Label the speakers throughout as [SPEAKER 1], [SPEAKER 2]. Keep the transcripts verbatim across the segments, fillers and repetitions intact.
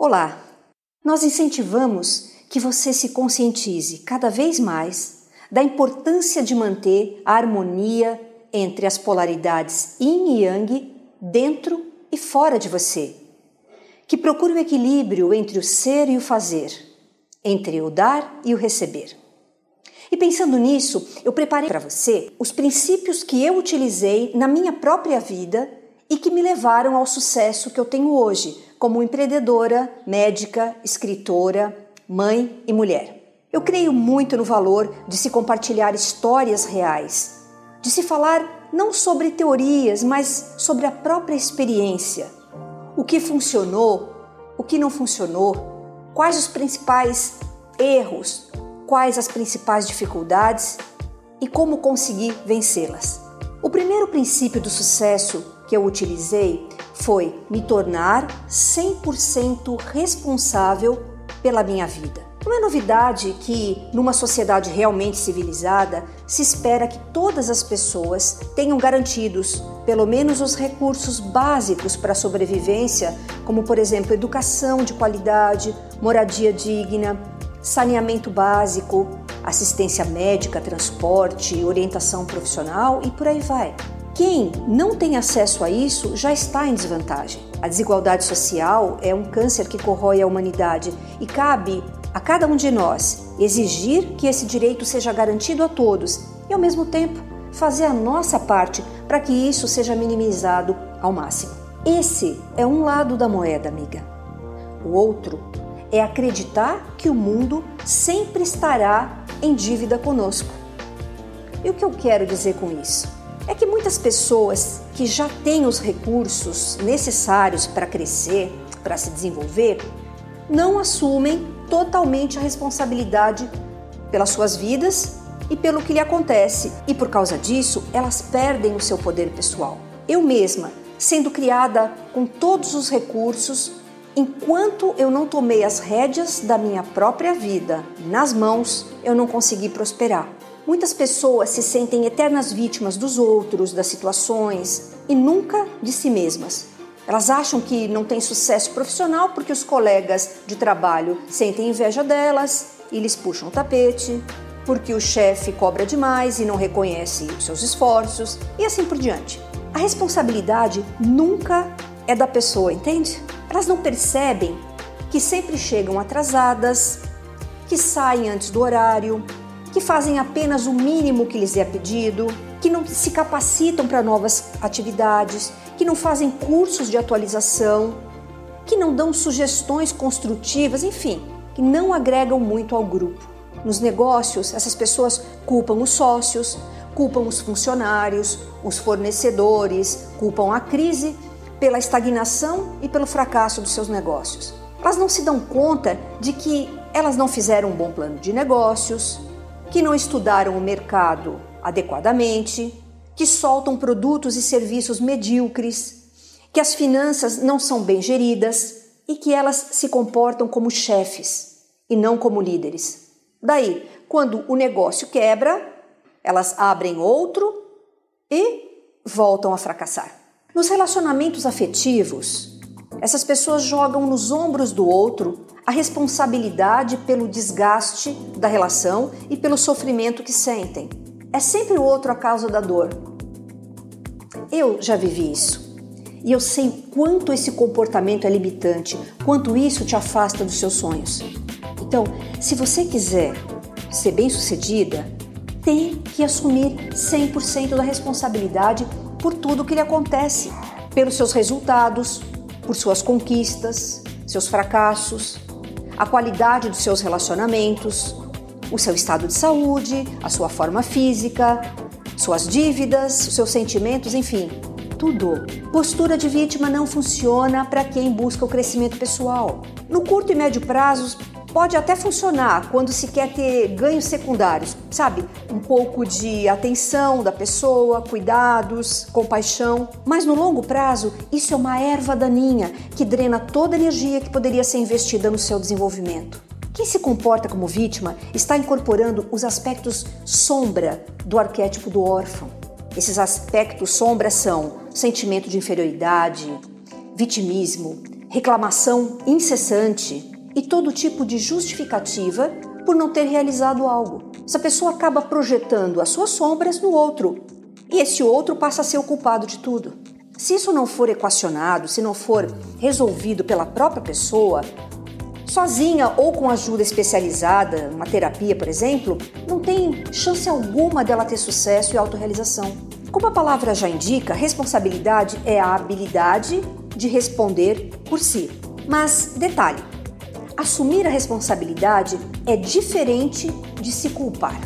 [SPEAKER 1] Olá! Nós incentivamos que você se conscientize cada vez mais da importância de manter a harmonia entre as polaridades yin e yang dentro e fora de você. Que procure o equilíbrio entre o ser e o fazer, entre o dar e o receber. E pensando nisso, eu preparei para você os princípios que eu utilizei na minha própria vida e que me levaram ao sucesso que eu tenho hoje, como empreendedora, médica, escritora, mãe e mulher. Eu creio muito no valor de se compartilhar histórias reais, de se falar não sobre teorias, mas sobre a própria experiência. O que funcionou, o que não funcionou, quais os principais erros, quais as principais dificuldades e como conseguir vencê-las. O primeiro princípio do sucesso que eu utilizei foi me tornar cem por cento responsável pela minha vida. Não é novidade que, numa sociedade realmente civilizada, se espera que todas as pessoas tenham garantidos pelo menos os recursos básicos para a sobrevivência, como, por exemplo, educação de qualidade, moradia digna, saneamento básico, assistência médica, transporte, orientação profissional e por aí vai. Quem não tem acesso a isso já está em desvantagem. A desigualdade social é um câncer que corrói a humanidade e cabe a cada um de nós exigir que esse direito seja garantido a todos e, ao mesmo tempo, fazer a nossa parte para que isso seja minimizado ao máximo. Esse é um lado da moeda, amiga. O outro é acreditar que o mundo sempre estará em dívida conosco. E o que eu quero dizer com isso? É que muitas pessoas que já têm os recursos necessários para crescer, para se desenvolver, não assumem totalmente a responsabilidade pelas suas vidas e pelo que lhe acontece. E por causa disso, elas perdem o seu poder pessoal. Eu mesma, sendo criada com todos os recursos, enquanto eu não tomei as rédeas da minha própria vida nas mãos, eu não consegui prosperar. Muitas pessoas se sentem eternas vítimas dos outros, das situações e nunca de si mesmas. Elas acham que não têm sucesso profissional porque os colegas de trabalho sentem inveja delas e lhes puxam o tapete, porque o chefe cobra demais e não reconhece os seus esforços e assim por diante. A responsabilidade nunca é da pessoa, entende? Elas não percebem que sempre chegam atrasadas, que saem antes do horário, que fazem apenas o mínimo que lhes é pedido, que não se capacitam para novas atividades, que não fazem cursos de atualização, que não dão sugestões construtivas, enfim, que não agregam muito ao grupo. Nos negócios, essas pessoas culpam os sócios, culpam os funcionários, os fornecedores, culpam a crise pela estagnação e pelo fracasso dos seus negócios. Elas não se dão conta de que elas não fizeram um bom plano de negócios, que não estudaram o mercado adequadamente, que soltam produtos e serviços medíocres, que as finanças não são bem geridas e que elas se comportam como chefes e não como líderes. Daí, quando o negócio quebra, elas abrem outro e voltam a fracassar. Nos relacionamentos afetivos, essas pessoas jogam nos ombros do outro a responsabilidade pelo desgaste da relação e pelo sofrimento que sentem. É sempre o outro a causa da dor. Eu já vivi isso. E eu sei quanto esse comportamento é limitante, quanto isso te afasta dos seus sonhos. Então, se você quiser ser bem-sucedida, tem que assumir cem por cento da responsabilidade por tudo que lhe acontece, pelos seus resultados, por suas conquistas, seus fracassos, a qualidade dos seus relacionamentos, o seu estado de saúde, a sua forma física, suas dívidas, os seus sentimentos, enfim, tudo. Postura de vítima não funciona para quem busca o crescimento pessoal. No curto e médio prazos, pode até funcionar quando se quer ter ganhos secundários, sabe? Um pouco de atenção da pessoa, cuidados, compaixão. Mas no longo prazo, isso é uma erva daninha que drena toda a energia que poderia ser investida no seu desenvolvimento. Quem se comporta como vítima está incorporando os aspectos sombra do arquétipo do órfão. Esses aspectos sombra são sentimento de inferioridade, vitimismo, reclamação incessante e todo tipo de justificativa por não ter realizado algo. Essa pessoa acaba projetando as suas sombras no outro e esse outro passa a ser o culpado de tudo. Se isso não for equacionado, se não for resolvido pela própria pessoa, sozinha ou com ajuda especializada, uma terapia, por exemplo, não tem chance alguma dela ter sucesso e autorrealização. Como a palavra já indica, responsabilidade é a habilidade de responder por si. Mas, detalhe, assumir a responsabilidade é diferente de se culpar.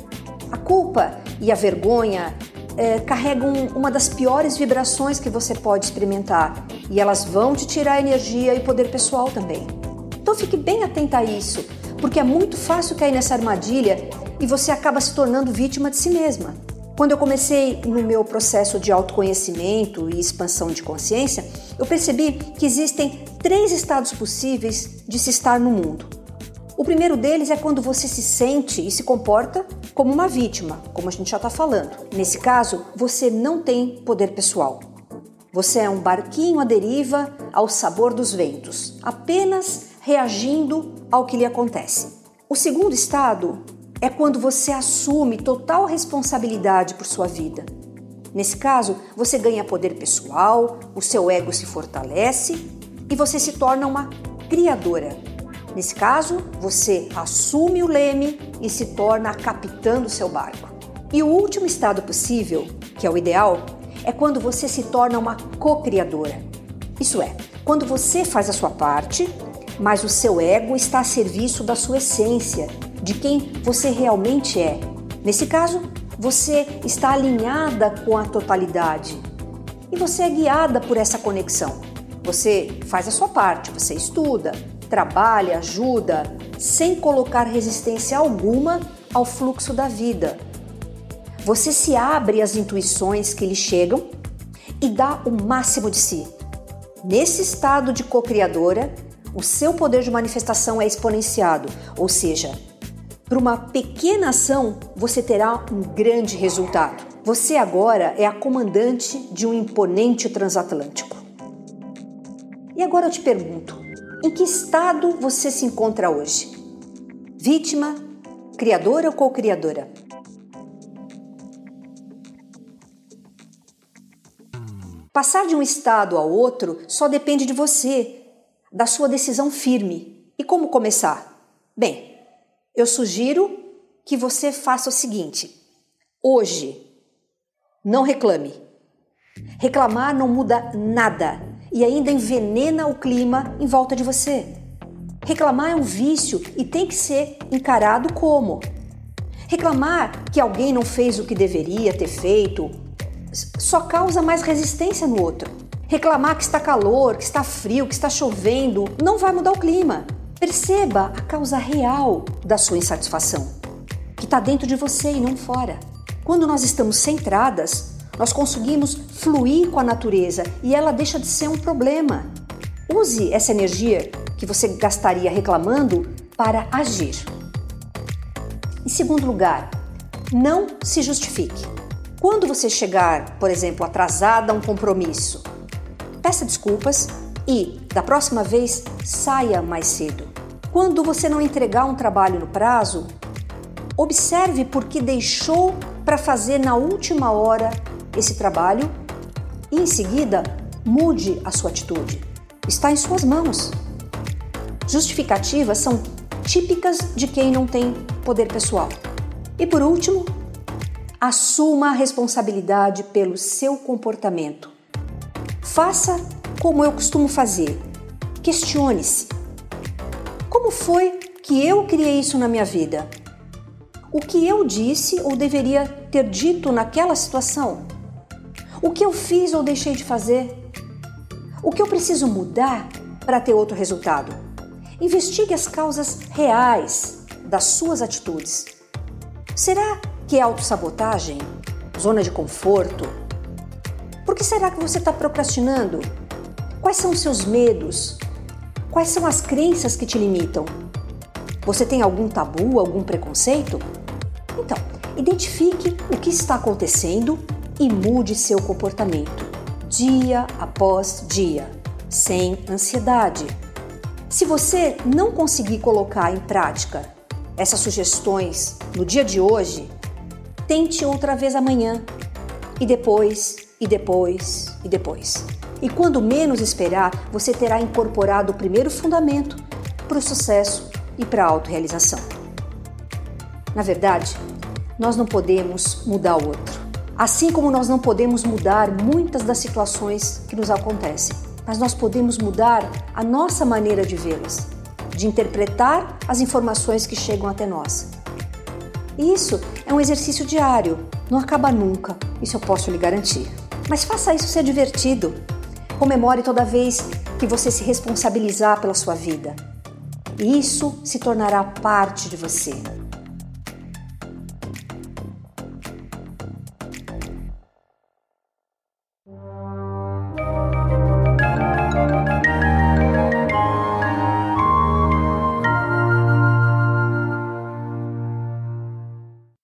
[SPEAKER 1] A culpa e a vergonha é, carregam uma das piores vibrações que você pode experimentar e elas vão te tirar energia e poder pessoal também. Então fique bem atenta a isso, porque é muito fácil cair nessa armadilha e você acaba se tornando vítima de si mesma. Quando eu comecei no meu processo de autoconhecimento e expansão de consciência, eu percebi que existem três estados possíveis de se estar no mundo. O primeiro deles é quando você se sente e se comporta como uma vítima, como a gente já está falando. Nesse caso, você não tem poder pessoal. Você é um barquinho à deriva ao sabor dos ventos, apenas reagindo ao que lhe acontece. O segundo estado é quando você assume total responsabilidade por sua vida. Nesse caso, você ganha poder pessoal, o seu ego se fortalece e você se torna uma criadora. Nesse caso, você assume o leme e se torna a capitã do seu barco. E o último estado possível, que é o ideal, é quando você se torna uma co-criadora. Isso é, quando você faz a sua parte, mas o seu ego está a serviço da sua essência, de quem você realmente é. Nesse caso, você está alinhada com a totalidade e você é guiada por essa conexão. Você faz a sua parte, você estuda, trabalha, ajuda, sem colocar resistência alguma ao fluxo da vida. Você se abre às intuições que lhe chegam e dá o máximo de si. Nesse estado de co-criadora, o seu poder de manifestação é exponenciado, ou seja, para uma pequena ação, você terá um grande resultado. Você agora é a comandante de um imponente transatlântico. E agora eu te pergunto, em que estado você se encontra hoje? Vítima, criadora ou co-criadora? Passar de um estado ao outro só depende de você, da sua decisão firme. E como começar? Bem, eu sugiro que você faça o seguinte: hoje, não reclame. Reclamar não muda nada e ainda envenena o clima em volta de você. Reclamar é um vício e tem que ser encarado como. Reclamar que alguém não fez o que deveria ter feito só causa mais resistência no outro. Reclamar que está calor, que está frio, que está chovendo, não vai mudar o clima. Perceba a causa real da sua insatisfação, que está dentro de você e não fora. Quando nós estamos centradas, nós conseguimos fluir com a natureza e ela deixa de ser um problema. Use essa energia que você gastaria reclamando para agir. Em segundo lugar, não se justifique. Quando você chegar, por exemplo, atrasada a um compromisso, peça desculpas e, da próxima vez, saia mais cedo. Quando você não entregar um trabalho no prazo, observe por que deixou para fazer na última hora esse trabalho e, em seguida, mude a sua atitude. Está em suas mãos. Justificativas são típicas de quem não tem poder pessoal. E, por último, assuma a responsabilidade pelo seu comportamento. Faça como eu costumo fazer. Questione-se. Como foi que eu criei isso na minha vida? O que eu disse ou deveria ter dito naquela situação? O que eu fiz ou deixei de fazer? O que eu preciso mudar para ter outro resultado? Investigue as causas reais das suas atitudes. Será que é autossabotagem? Zona de conforto? Por que será que você está procrastinando? Quais são os seus medos? Quais são as crenças que te limitam? Você tem algum tabu, algum preconceito? Então, identifique o que está acontecendo e mude seu comportamento, dia após dia. sem ansiedade. Se você não conseguir colocar em prática essas sugestões no dia de hoje, tente outra vez amanhã, e depois, e depois, e depois. E quando menos esperar, você terá incorporado o primeiro fundamento para o sucesso e para a autorrealização. Na verdade, nós não podemos mudar o outro, assim como nós não podemos mudar muitas das situações que nos acontecem, mas nós podemos mudar a nossa maneira de vê-las, de interpretar as informações que chegam até nós. E isso é um exercício diário, não acaba nunca, isso eu posso lhe garantir. Mas faça isso ser divertido. Comemore toda vez que você se responsabilizar pela sua vida. E isso se tornará parte de você.